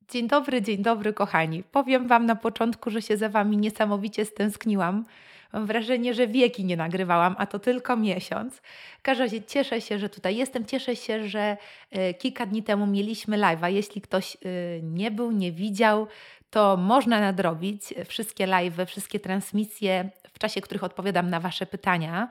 Dzień dobry kochani. Powiem Wam na początku, że się za Wami niesamowicie stęskniłam. Mam wrażenie, że wieki nie nagrywałam, a to tylko miesiąc. W każdym razie cieszę się, że tutaj jestem. Cieszę się, że kilka dni temu mieliśmy live'a. Jeśli ktoś nie był, nie widział, to można nadrobić wszystkie live'y, wszystkie transmisje, w czasie których odpowiadam na Wasze pytania.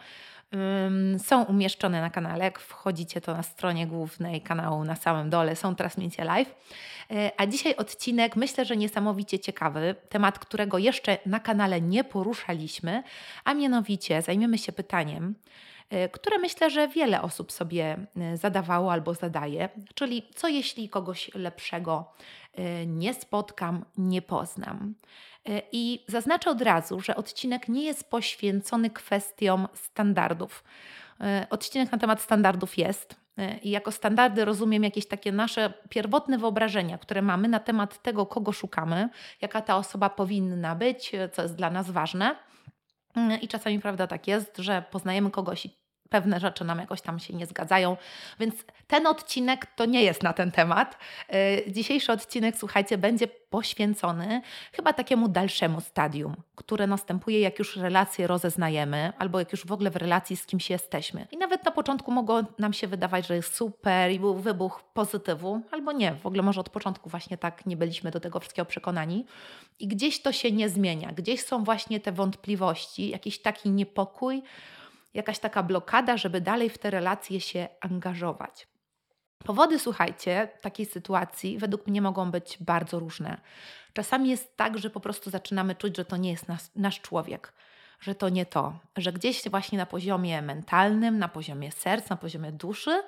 Są umieszczone na kanale. Jak wchodzicie, to na stronie głównej kanału na samym dole są transmisje live. A dzisiaj odcinek, myślę, że niesamowicie ciekawy, temat, którego jeszcze na kanale nie poruszaliśmy, a mianowicie zajmiemy się pytaniem, które myślę, że wiele osób sobie zadawało albo zadaje, czyli co jeśli kogoś lepszego nie spotkam, nie poznam. I zaznaczę od razu, że odcinek nie jest poświęcony kwestiom standardów. Odcinek na temat standardów jest. I jako standardy rozumiem jakieś takie nasze pierwotne wyobrażenia, które mamy na temat tego, kogo szukamy, jaka ta osoba powinna być, co jest dla nas ważne. I czasami, prawda, tak jest, że poznajemy kogoś i pewne rzeczy nam jakoś tam się nie zgadzają, więc ten odcinek to nie jest na ten temat. Dzisiejszy odcinek, słuchajcie, będzie poświęcony chyba takiemu dalszemu stadium, które następuje, jak już relacje rozeznajemy, albo jak już w ogóle w relacji z kimś jesteśmy. I nawet na początku mogło nam się wydawać, że jest super i był wybuch pozytywu, albo nie, w ogóle może od początku właśnie tak nie byliśmy do tego wszystkiego przekonani. I gdzieś to się nie zmienia, gdzieś są właśnie te wątpliwości, jakiś taki niepokój, jakaś taka blokada, żeby dalej w te relacje się angażować. Powody, słuchajcie, takiej sytuacji według mnie mogą być bardzo różne. Czasami jest tak, że po prostu zaczynamy czuć, że to nie jest nasz człowiek, że to nie to, że gdzieś właśnie na poziomie mentalnym, na poziomie serca, na poziomie duszy,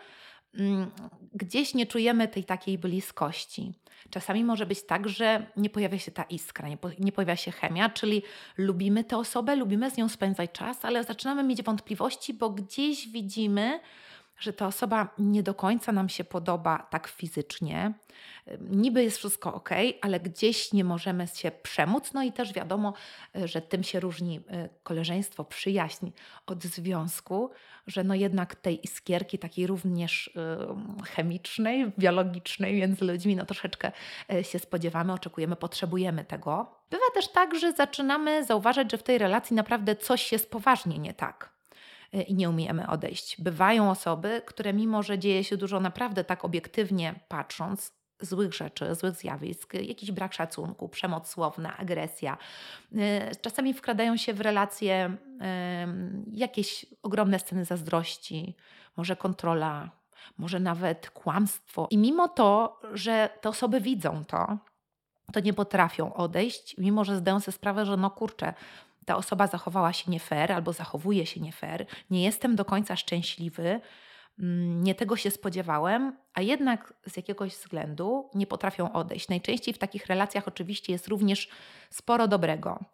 gdzieś nie czujemy tej takiej bliskości. Czasami może być tak, że nie pojawia się ta iskra, nie pojawia się chemia, czyli lubimy tę osobę, lubimy z nią spędzać czas, ale zaczynamy mieć wątpliwości, bo gdzieś widzimy, że ta osoba nie do końca nam się podoba tak fizycznie. Niby jest wszystko ok, ale gdzieś nie możemy się przemóc. No i też wiadomo, że tym się różni koleżeństwo, przyjaźń od związku, że no jednak tej iskierki takiej również chemicznej, biologicznej między ludźmi no troszeczkę się spodziewamy, oczekujemy, potrzebujemy tego. Bywa też tak, że zaczynamy zauważać, że w tej relacji naprawdę coś jest poważnie nie tak i nie umiemy odejść. Bywają osoby, które mimo, że dzieje się dużo naprawdę tak obiektywnie patrząc, złych rzeczy, złych zjawisk, jakiś brak szacunku, przemoc słowna, agresja. Czasami wkradają się w relacje jakieś ogromne sceny zazdrości, może kontrola, może nawet kłamstwo. I mimo to, że te osoby widzą to nie potrafią odejść, mimo że zdają sobie sprawę, że no kurczę, ta osoba zachowała się nie fair albo zachowuje się nie fair, nie jestem do końca szczęśliwy, nie tego się spodziewałem, a jednak z jakiegoś względu nie potrafią odejść. Najczęściej w takich relacjach oczywiście jest również sporo dobrego.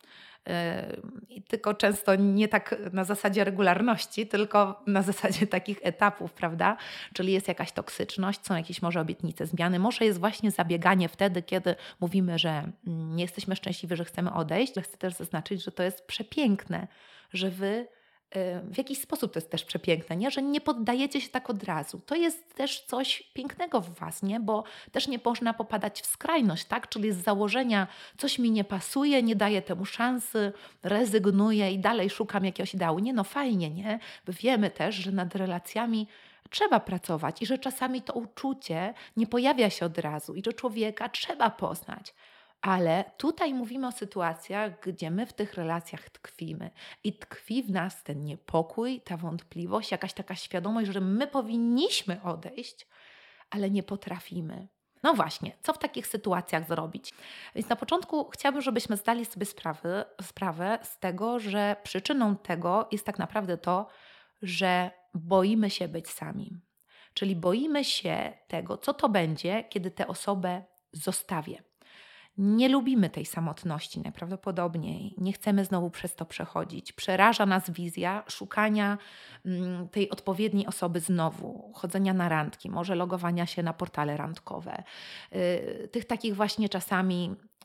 Tylko często nie tak na zasadzie regularności, tylko na zasadzie takich etapów, prawda? Czyli jest jakaś toksyczność, są jakieś może obietnice zmiany, może jest właśnie zabieganie wtedy, kiedy mówimy, że nie jesteśmy szczęśliwi, że chcemy odejść. Chcę też zaznaczyć, że to jest przepiękne, że wy w jakiś sposób to jest też przepiękne, nie? Że nie poddajecie się tak od razu. To jest też coś pięknego w was, nie? Bo też nie można popadać w skrajność, tak? Czyli z założenia coś mi nie pasuje, nie daję temu szansy, rezygnuję i dalej szukam jakiegoś ideału. Nie, no fajnie, nie? Bo wiemy też, że nad relacjami trzeba pracować i że czasami to uczucie nie pojawia się od razu i że człowieka trzeba poznać. Ale tutaj mówimy o sytuacjach, gdzie my w tych relacjach tkwimy i tkwi w nas ten niepokój, ta wątpliwość, jakaś taka świadomość, że my powinniśmy odejść, ale nie potrafimy. No właśnie, co w takich sytuacjach zrobić? Więc na początku chciałabym, żebyśmy zdali sobie sprawę z tego, że przyczyną tego jest tak naprawdę to, że boimy się być sami. Czyli boimy się tego, co to będzie, kiedy tę osobę zostawię. Nie lubimy tej samotności najprawdopodobniej. Nie chcemy znowu przez to przechodzić. Przeraża nas wizja szukania tej odpowiedniej osoby znowu, chodzenia na randki, może logowania się na portale randkowe. Tych takich właśnie czasami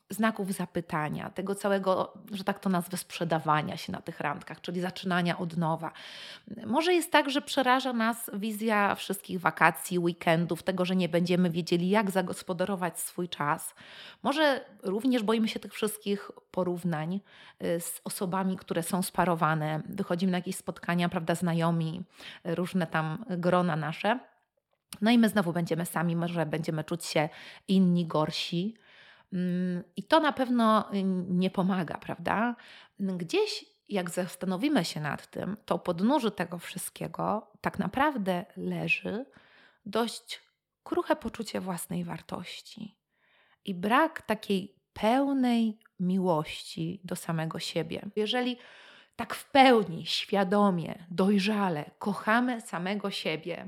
znaków zapytania, tego całego, że tak to nazwę, sprzedawania się na tych randkach, czyli zaczynania od nowa. Może jest tak, że przeraża nas wizja wszystkich wakacji, weekendów, tego, że nie będziemy wiedzieli, jak zagospodarować swój czas. Może również boimy się tych wszystkich porównań z osobami, które są sparowane. Wychodzimy na jakieś spotkania, prawda, znajomi, różne tam grona nasze. No i my znowu będziemy sami, może będziemy czuć się inni, gorsi. I to na pewno nie pomaga, prawda? Gdzieś jak zastanowimy się nad tym, to u podnóżu tego wszystkiego tak naprawdę leży dość kruche poczucie własnej wartości i brak takiej pełnej miłości do samego siebie. Jeżeli tak w pełni, świadomie, dojrzale kochamy samego siebie,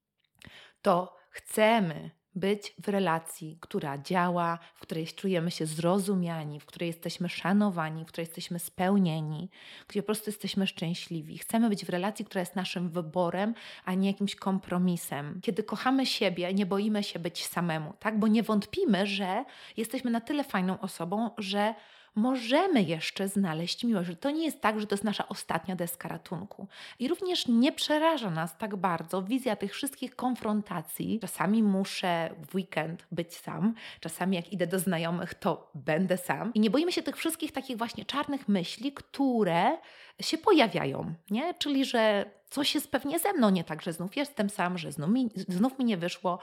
to chcemy być w relacji, która działa, w której czujemy się zrozumiani, w której jesteśmy szanowani, w której jesteśmy spełnieni, gdzie po prostu jesteśmy szczęśliwi. Chcemy być w relacji, która jest naszym wyborem, a nie jakimś kompromisem. Kiedy kochamy siebie, nie boimy się być samemu, tak? Bo nie wątpimy, że jesteśmy na tyle fajną osobą, że możemy jeszcze znaleźć miłość, że to nie jest tak, że to jest nasza ostatnia deska ratunku. I również nie przeraża nas tak bardzo wizja tych wszystkich konfrontacji. Czasami muszę w weekend być sam, czasami jak idę do znajomych, to będę sam. I nie boimy się tych wszystkich takich właśnie czarnych myśli, które się pojawiają, nie? Czyli, że coś jest pewnie ze mną nie tak, że znów jestem sam, że znów mi nie wyszło,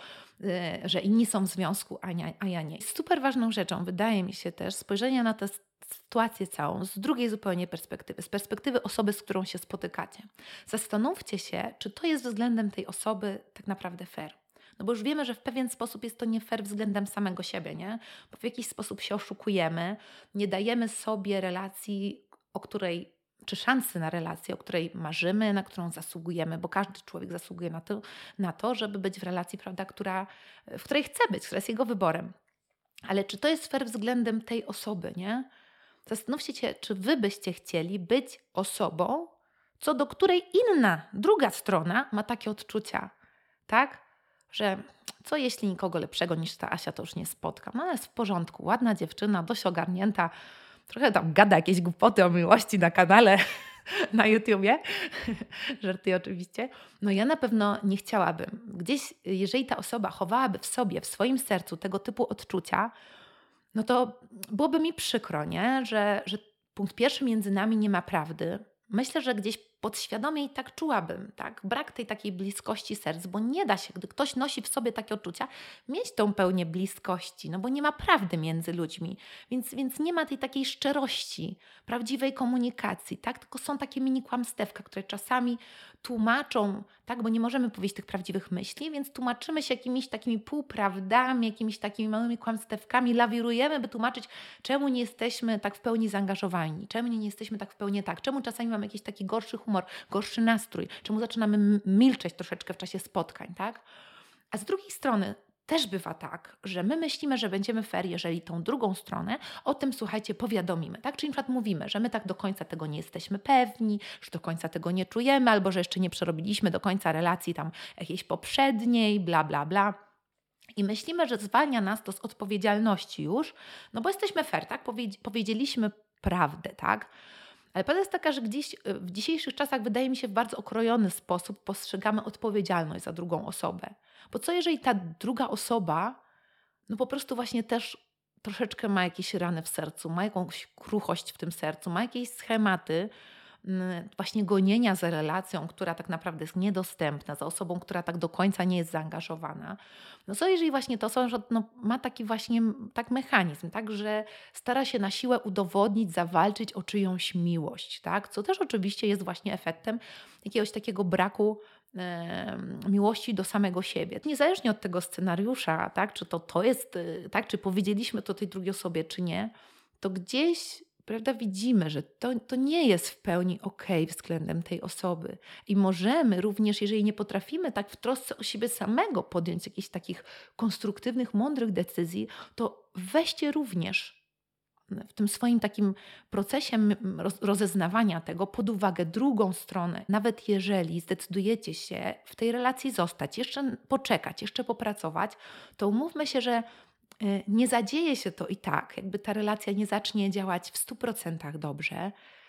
że inni są w związku, a ja nie. Super ważną rzeczą wydaje mi się też spojrzenie na tę sytuację całą z drugiej zupełnie perspektywy, z perspektywy osoby, z którą się spotykacie. Zastanówcie się, czy to jest względem tej osoby tak naprawdę fair. No bo już wiemy, że w pewien sposób jest to nie fair względem samego siebie, nie? Bo w jakiś sposób się oszukujemy, nie dajemy sobie relacji, o której czy szansy na relację, o której marzymy, na którą zasługujemy, bo każdy człowiek zasługuje na to, żeby być w relacji, prawda, w której chce być, która jest jego wyborem. Ale czy to jest fair względem tej osoby, nie? Zastanówcie się, czy wy byście chcieli być osobą, co do której druga strona ma takie odczucia, tak? Że co jeśli nikogo lepszego niż ta Asia to już nie spotkam? No jest w porządku, ładna dziewczyna, dość ogarnięta, trochę tam gada jakieś głupoty o miłości na kanale na YouTubie. Żartuję oczywiście. No ja na pewno nie chciałabym. Gdzieś, jeżeli ta osoba chowałaby w sobie, w swoim sercu tego typu odczucia, no to byłoby mi przykro, nie? Że punkt pierwszy między nami nie ma prawdy. Myślę, że gdzieś podświadomie i tak czułabym, tak? Brak tej takiej bliskości serc, bo nie da się, gdy ktoś nosi w sobie takie odczucia, mieć tą pełnię bliskości, no bo nie ma prawdy między ludźmi, więc nie ma tej takiej szczerości, prawdziwej komunikacji, tak? Tylko są takie mini kłamstewka, które czasami tłumaczą, tak? Bo nie możemy powiedzieć tych prawdziwych myśli, więc tłumaczymy się jakimiś takimi półprawdami, jakimiś takimi małymi kłamstewkami, lawirujemy, by tłumaczyć, czemu nie jesteśmy tak w pełni zaangażowani, czemu nie jesteśmy tak w pełni tak, czemu czasami mamy jakiś taki gorszy humor, gorszy nastrój, czemu zaczynamy milczeć troszeczkę w czasie spotkań, tak? A z drugiej strony też bywa tak, że my myślimy, że będziemy fair, jeżeli tą drugą stronę o tym, słuchajcie, powiadomimy, tak? Czyli na przykład mówimy, że my tak do końca tego nie jesteśmy pewni, że do końca tego nie czujemy, albo że jeszcze nie przerobiliśmy do końca relacji tam jakiejś poprzedniej, bla, bla, bla. I myślimy, że zwalnia nas to z odpowiedzialności już, no bo jesteśmy fair, tak? Powiedzieliśmy prawdę, tak? Ale prawda jest taka, że gdzieś w dzisiejszych czasach wydaje mi się w bardzo okrojony sposób postrzegamy odpowiedzialność za drugą osobę. Bo co jeżeli ta druga osoba no po prostu właśnie też troszeczkę ma jakieś rany w sercu, ma jakąś kruchość w tym sercu, ma jakieś schematy właśnie gonienia za relacją, która tak naprawdę jest niedostępna, za osobą, która tak do końca nie jest zaangażowana. No co jeżeli właśnie to osoba ma taki właśnie tak mechanizm, tak, że stara się na siłę udowodnić, zawalczyć o czyjąś miłość, tak, co też oczywiście jest właśnie efektem jakiegoś takiego braku miłości do samego siebie. Niezależnie od tego scenariusza, tak, czy to jest, tak, czy powiedzieliśmy to tej drugiej osobie, czy nie, to gdzieś, prawda, widzimy, że to nie jest w pełni okej względem tej osoby. I możemy również, jeżeli nie potrafimy tak w trosce o siebie samego podjąć jakichś takich konstruktywnych, mądrych decyzji, to weźcie również w tym swoim takim procesie rozeznawania tego pod uwagę drugą stronę. Nawet jeżeli zdecydujecie się w tej relacji zostać, jeszcze poczekać, jeszcze popracować, to umówmy się, że nie zadzieje się to i tak, jakby ta relacja nie zacznie działać w 100% dobrze,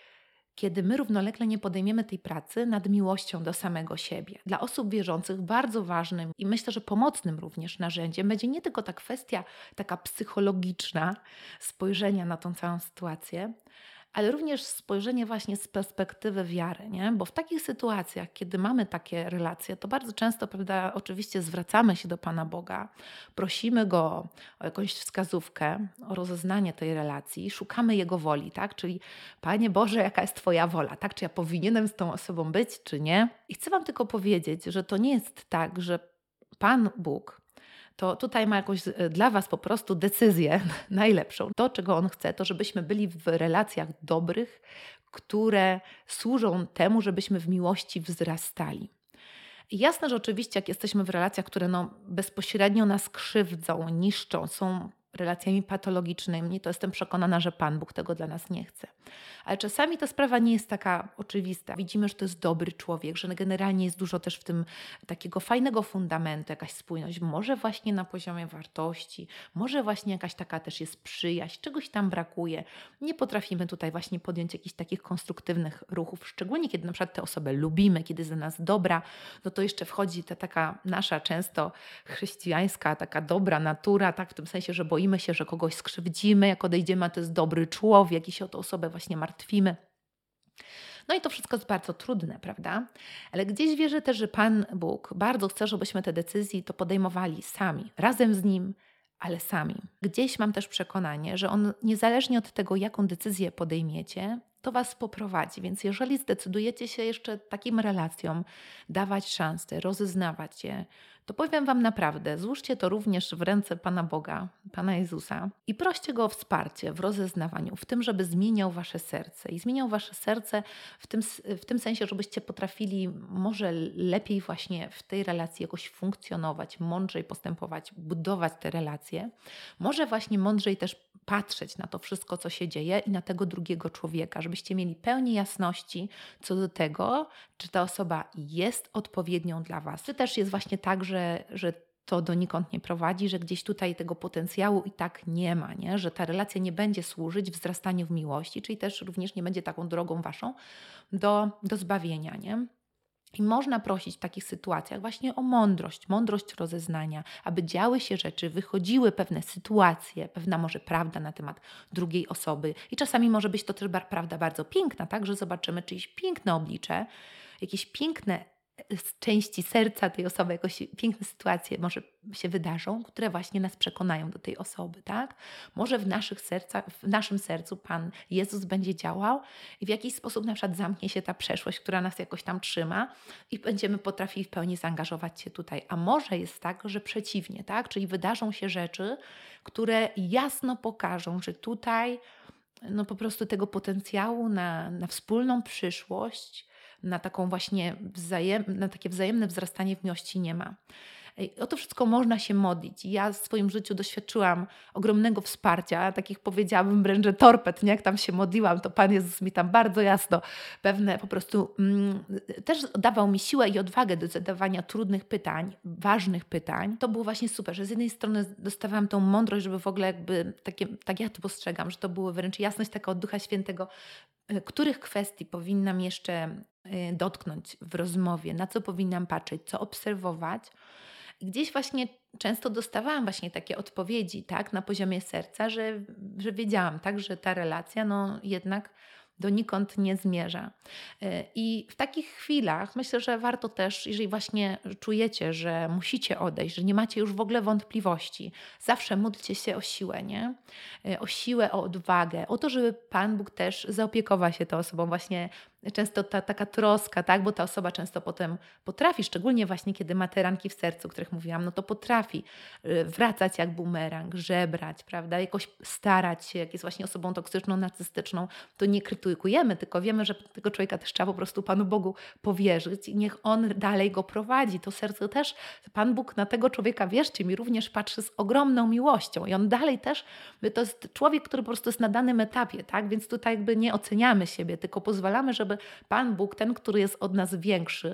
kiedy my równolegle nie podejmiemy tej pracy nad miłością do samego siebie. Dla osób wierzących bardzo ważnym i myślę, że pomocnym również narzędziem będzie nie tylko ta kwestia taka psychologiczna spojrzenia na tą całą sytuację, ale również spojrzenie właśnie z perspektywy wiary, nie? Bo w takich sytuacjach, kiedy mamy takie relacje, to bardzo często, prawda, oczywiście zwracamy się do Pana Boga, prosimy Go o jakąś wskazówkę, o rozeznanie tej relacji, szukamy Jego woli, tak? Czyli Panie Boże, jaka jest Twoja wola, tak? Czy ja powinienem z tą osobą być, czy nie? I chcę Wam tylko powiedzieć, że to nie jest tak, że Pan Bóg to tutaj ma jakąś dla Was po prostu decyzję najlepszą. To, czego On chce, to żebyśmy byli w relacjach dobrych, które służą temu, żebyśmy w miłości wzrastali. I jasne, że oczywiście jak jesteśmy w relacjach, które bezpośrednio nas krzywdzą, niszczą, są relacjami patologicznymi, to jestem przekonana, że Pan Bóg tego dla nas nie chce. Ale czasami ta sprawa nie jest taka oczywista. Widzimy, że to jest dobry człowiek, że generalnie jest dużo też w tym takiego fajnego fundamentu, jakaś spójność. Może właśnie na poziomie wartości, może właśnie jakaś taka też jest przyjaźń, czegoś tam brakuje. Nie potrafimy tutaj właśnie podjąć jakichś takich konstruktywnych ruchów, szczególnie kiedy na przykład tę osobę lubimy, kiedy jest za nas dobra, no to jeszcze wchodzi ta taka nasza często chrześcijańska, taka dobra natura, tak, w tym sensie, że boimy się, że kogoś skrzywdzimy, jak odejdziemy, a to jest dobry człowiek i się o tę osobę właśnie martwimy. No i to wszystko jest bardzo trudne, prawda? Ale gdzieś wierzę też, że Pan Bóg bardzo chce, żebyśmy te decyzje to podejmowali sami, razem z Nim, ale sami. Gdzieś mam też przekonanie, że On niezależnie od tego, jaką decyzję podejmiecie, to Was poprowadzi. Więc jeżeli zdecydujecie się jeszcze takim relacjom dawać szansę, rozeznawać je, to powiem Wam naprawdę, złóżcie to również w ręce Pana Boga, Pana Jezusa i proście Go o wsparcie w rozeznawaniu, w tym, żeby zmieniał Wasze serce. I zmieniał Wasze serce w tym sensie, żebyście potrafili może lepiej właśnie w tej relacji jakoś funkcjonować, mądrzej postępować, budować te relacje. Może właśnie mądrzej też patrzeć na to wszystko, co się dzieje i na tego drugiego człowieka, żebyście mieli pełni jasności co do tego, czy ta osoba jest odpowiednią dla Was. Czy też jest właśnie tak, że to donikąd nie prowadzi, że gdzieś tutaj tego potencjału i tak nie ma, nie? Że ta relacja nie będzie służyć wzrastaniu w miłości, czyli też również nie będzie taką drogą Waszą do zbawienia, nie? I można prosić w takich sytuacjach właśnie o mądrość rozeznania, aby działy się rzeczy, wychodziły pewne sytuacje, pewna może prawda na temat drugiej osoby. I czasami może być to też prawda bardzo piękna, tak, że zobaczymy czyjeś piękne oblicze, jakieś piękne z części serca tej osoby, jakoś piękne sytuacje może się wydarzą, które właśnie nas przekonają do tej osoby, tak? Może w naszym sercu Pan Jezus będzie działał i w jakiś sposób na przykład zamknie się ta przeszłość, która nas jakoś tam trzyma i będziemy potrafili w pełni zaangażować się tutaj. A może jest tak, że przeciwnie, tak? Czyli wydarzą się rzeczy, które jasno pokażą, że tutaj po prostu tego potencjału na wspólną przyszłość, na taką właśnie na takie wzajemne wzrastanie w miłości nie ma. I o to wszystko można się modlić. Ja w swoim życiu doświadczyłam ogromnego wsparcia, takich powiedziałabym wręcz torped, nie? Jak tam się modliłam, to Pan Jezus mi tam bardzo jasno pewne po prostu też dawał mi siłę i odwagę do zadawania trudnych pytań, ważnych pytań. To było właśnie super, że z jednej strony dostawałam tą mądrość, żeby w ogóle jakby tak ja to postrzegam, że to była wręcz jasność taka od Ducha Świętego, których kwestii powinnam jeszcze dotknąć w rozmowie, na co powinnam patrzeć, co obserwować. I gdzieś właśnie często dostawałam właśnie takie odpowiedzi, tak, na poziomie serca, że wiedziałam, tak, że ta relacja jednak donikąd nie zmierza. I w takich chwilach myślę, że warto też, jeżeli właśnie czujecie, że musicie odejść, że nie macie już w ogóle wątpliwości, zawsze módlcie się o siłę, nie? O siłę, o odwagę, o to, żeby Pan Bóg też zaopiekował się tą osobą. Właśnie często ta taka troska, tak? Bo ta osoba często potem potrafi, szczególnie właśnie kiedy ma te ranki w sercu, o których mówiłam, to potrafi wracać jak bumerang, żebrać, prawda? Jakoś starać się, jak jest właśnie osobą toksyczną, narcystyczną, to nie krytykujemy, tylko wiemy, że tego człowieka też trzeba po prostu Panu Bogu powierzyć i niech On dalej go prowadzi. To serce też, Pan Bóg na tego człowieka, wierzcie mi, również patrzy z ogromną miłością i on dalej też, to jest człowiek, który po prostu jest na danym etapie, tak? Więc tutaj jakby nie oceniamy siebie, tylko pozwalamy, żeby Pan Bóg, ten, który jest od nas większy,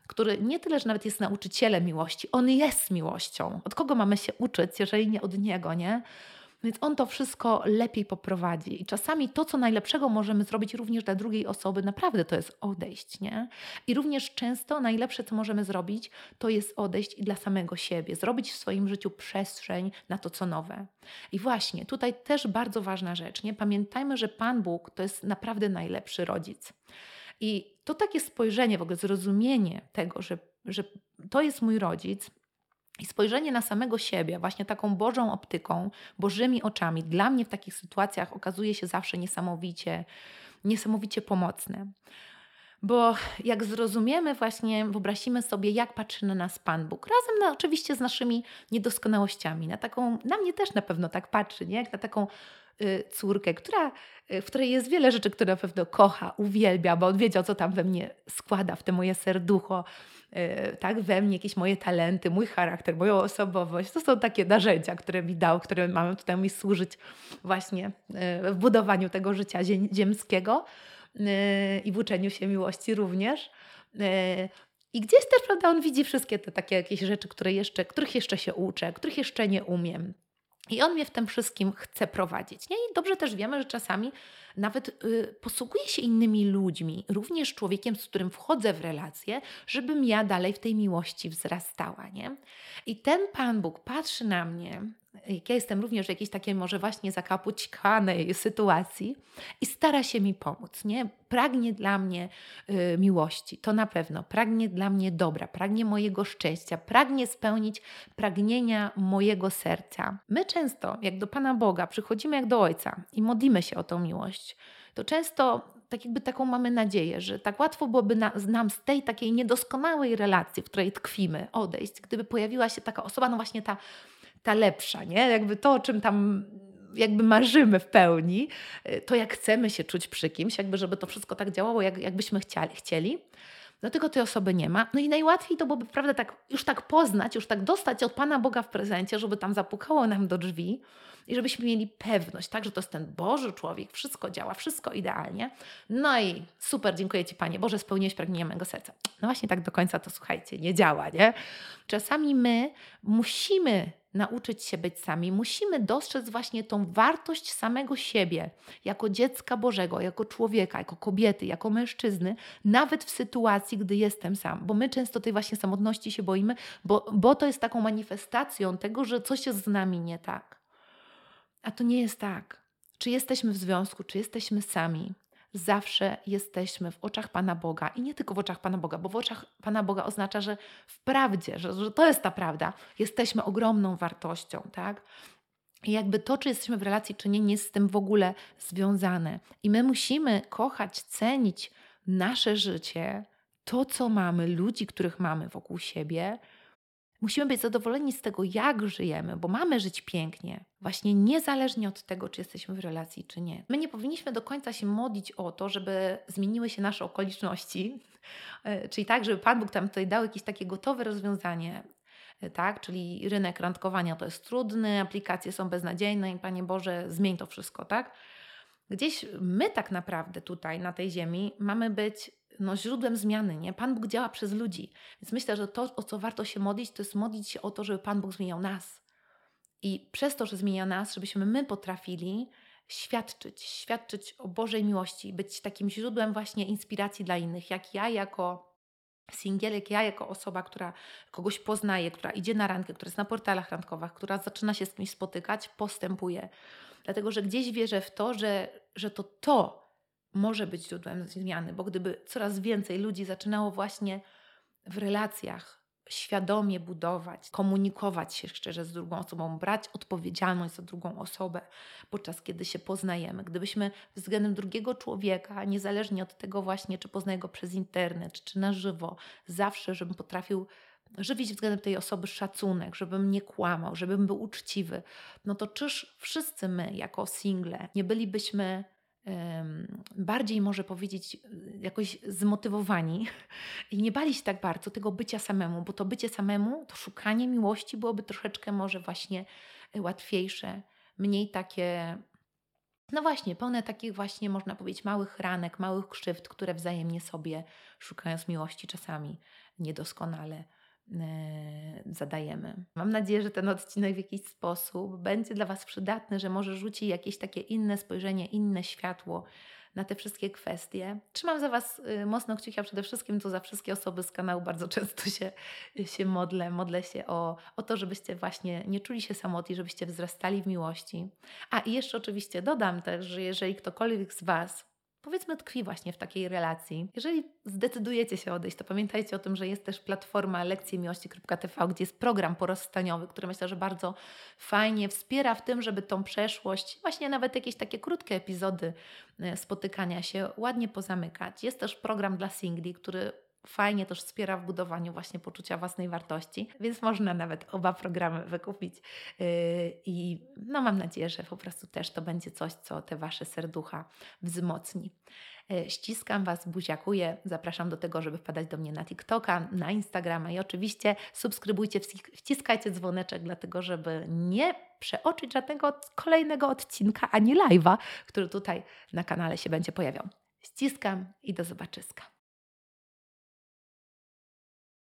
który nie tyle, że nawet jest nauczycielem miłości, on jest miłością. Od kogo mamy się uczyć, jeżeli nie od niego, nie? Więc on to wszystko lepiej poprowadzi. I czasami to, co najlepszego możemy zrobić również dla drugiej osoby, naprawdę to jest odejść, nie? I również często najlepsze, co możemy zrobić, to jest odejść i dla samego siebie. Zrobić w swoim życiu przestrzeń na to, co nowe. I właśnie, tutaj też bardzo ważna rzecz, nie? Pamiętajmy, że Pan Bóg to jest naprawdę najlepszy rodzic. I to takie spojrzenie, w ogóle zrozumienie tego, że to jest mój rodzic, i spojrzenie na samego siebie, właśnie taką Bożą optyką, Bożymi oczami, dla mnie w takich sytuacjach okazuje się zawsze niesamowicie pomocne. Bo jak zrozumiemy właśnie, wyobrazimy sobie, jak patrzy na nas Pan Bóg, razem oczywiście z naszymi niedoskonałościami, na mnie też na pewno tak patrzy, nie? Jak na taką córkę, w której jest wiele rzeczy, które na pewno kocha, uwielbia, bo on wiedział, co tam we mnie składa, w te moje serducho, tak, we mnie jakieś moje talenty, mój charakter, moją osobowość. To są takie narzędzia, które mi dał, które mamy tutaj mi służyć właśnie w budowaniu tego życia ziemskiego i w uczeniu się miłości również. I gdzieś też, prawda, on widzi wszystkie te takie jakieś rzeczy, których jeszcze się uczę, których jeszcze nie umiem. I on mnie w tym wszystkim chce prowadzić. Nie? I dobrze też wiemy, że czasami nawet posługuję się innymi ludźmi, również człowiekiem, z którym wchodzę w relację, żebym ja dalej w tej miłości wzrastała. Nie? I ten Pan Bóg patrzy na mnie, jak ja jestem również w jakiejś takiej może właśnie zakapućkanej sytuacji i stara się mi pomóc. Nie? Pragnie dla mnie miłości, to na pewno. Pragnie dla mnie dobra, pragnie mojego szczęścia, pragnie spełnić pragnienia mojego serca. My często, jak do Pana Boga, przychodzimy jak do Ojca i modlimy się o tą miłość, to często tak jakby taką mamy nadzieję, że tak łatwo byłoby nam z tej takiej niedoskonałej relacji, w której tkwimy, odejść, gdyby pojawiła się taka osoba, no właśnie ta lepsza, nie? Jakby to, o czym tam jakby marzymy w pełni, to jak chcemy się czuć przy kimś, jakby żeby to wszystko tak działało, jakbyśmy chcieli. Dlatego tej osoby nie ma. No i najłatwiej to byłoby, prawda, już tak poznać, już tak dostać od Pana Boga w prezencie, żeby tam zapukało nam do drzwi i żebyśmy mieli pewność, tak, że to jest ten Boży człowiek, wszystko działa, wszystko idealnie. No i super, dziękuję Ci, Panie Boże, spełniłeś pragnienie mego serca. No właśnie tak do końca to, słuchajcie, nie działa, nie? Czasami my musimy nauczyć się być sami, musimy dostrzec właśnie tą wartość samego siebie jako dziecka Bożego, jako człowieka, jako kobiety, jako mężczyzny, nawet w sytuacji, gdy jestem sam. Bo my często tej właśnie samotności się boimy, bo to jest taką manifestacją tego, że coś jest z nami nie tak. A to nie jest tak. Czy jesteśmy w związku, czy jesteśmy sami, zawsze jesteśmy w oczach Pana Boga i nie tylko w oczach Pana Boga, bo w oczach Pana Boga oznacza, że w prawdzie, że to jest ta prawda, jesteśmy ogromną wartością, tak? I jakby to, czy jesteśmy w relacji, czy nie, nie jest z tym w ogóle związane. I my musimy kochać, cenić nasze życie, to, co mamy, ludzi, których mamy wokół siebie. Musimy być zadowoleni z tego, jak żyjemy, bo mamy żyć pięknie, właśnie niezależnie od tego, czy jesteśmy w relacji, czy nie. My nie powinniśmy do końca się modlić o to, żeby zmieniły się nasze okoliczności, czyli tak, żeby Pan Bóg tam tutaj dał jakieś takie gotowe rozwiązanie, tak? Czyli rynek randkowania to jest trudny, aplikacje są beznadziejne i Panie Boże, zmień to wszystko, tak? Gdzieś my tak naprawdę tutaj na tej ziemi mamy być źródłem zmiany, nie? Pan Bóg działa przez ludzi. Więc myślę, że to, o co warto się modlić, to jest modlić się o to, żeby Pan Bóg zmieniał nas. I przez to, że zmienia nas, żebyśmy my potrafili świadczyć o Bożej miłości, być takim źródłem właśnie inspiracji dla innych, jak ja jako singiel, jak ja jako osoba, która kogoś poznaje, która idzie na randkę, która jest na portalach randkowych, która zaczyna się z kimś spotykać, postępuje. Dlatego, że gdzieś wierzę w to, że to może być źródłem zmiany, bo gdyby coraz więcej ludzi zaczynało właśnie w relacjach świadomie budować, komunikować się szczerze z drugą osobą, brać odpowiedzialność za drugą osobę, podczas kiedy się poznajemy. Gdybyśmy względem drugiego człowieka, niezależnie od tego właśnie, czy poznaję go przez internet, czy na żywo, zawsze, żebym potrafił żywić względem tej osoby szacunek, żebym nie kłamał, żebym był uczciwy, no to czyż wszyscy my jako single nie bylibyśmy bardziej, może powiedzieć, jakoś zmotywowani i nie bali się tak bardzo tego bycia samemu, bo to bycie samemu, to szukanie miłości byłoby troszeczkę może właśnie łatwiejsze, mniej takie No właśnie, pełne takich właśnie, można powiedzieć, małych ranek, małych krzywd, które wzajemnie sobie, szukając miłości, czasami niedoskonale zadajemy. Mam nadzieję, że ten odcinek w jakiś sposób będzie dla Was przydatny, że może rzuci jakieś takie inne spojrzenie, inne światło na te wszystkie kwestie. Trzymam za Was mocno kciuki, a przede wszystkim to za wszystkie osoby z kanału bardzo często się modlę. Modlę się o to, żebyście właśnie nie czuli się samotni, żebyście wzrastali w miłości. A i jeszcze oczywiście dodam też, że jeżeli ktokolwiek z Was, powiedzmy, tkwi właśnie w takiej relacji, jeżeli zdecydujecie się odejść, to pamiętajcie o tym, że jest też platforma lekcjemiłości.tv, gdzie jest program porozstaniowy, który myślę, że bardzo fajnie wspiera w tym, żeby tą przeszłość, właśnie nawet jakieś takie krótkie epizody spotykania się ładnie pozamykać. Jest też program dla singli, który fajnie też wspiera w budowaniu właśnie poczucia własnej wartości, więc można nawet oba programy wykupić i no mam nadzieję, że po prostu też to będzie coś, co te Wasze serducha wzmocni. Ściskam Was, buziakuję, zapraszam do tego, żeby wpadać do mnie na TikToka, na Instagrama i oczywiście subskrybujcie, wciskajcie dzwoneczek, dlatego żeby nie przeoczyć żadnego kolejnego odcinka ani live'a, który tutaj na kanale się będzie pojawiał. Ściskam i do zobaczyska.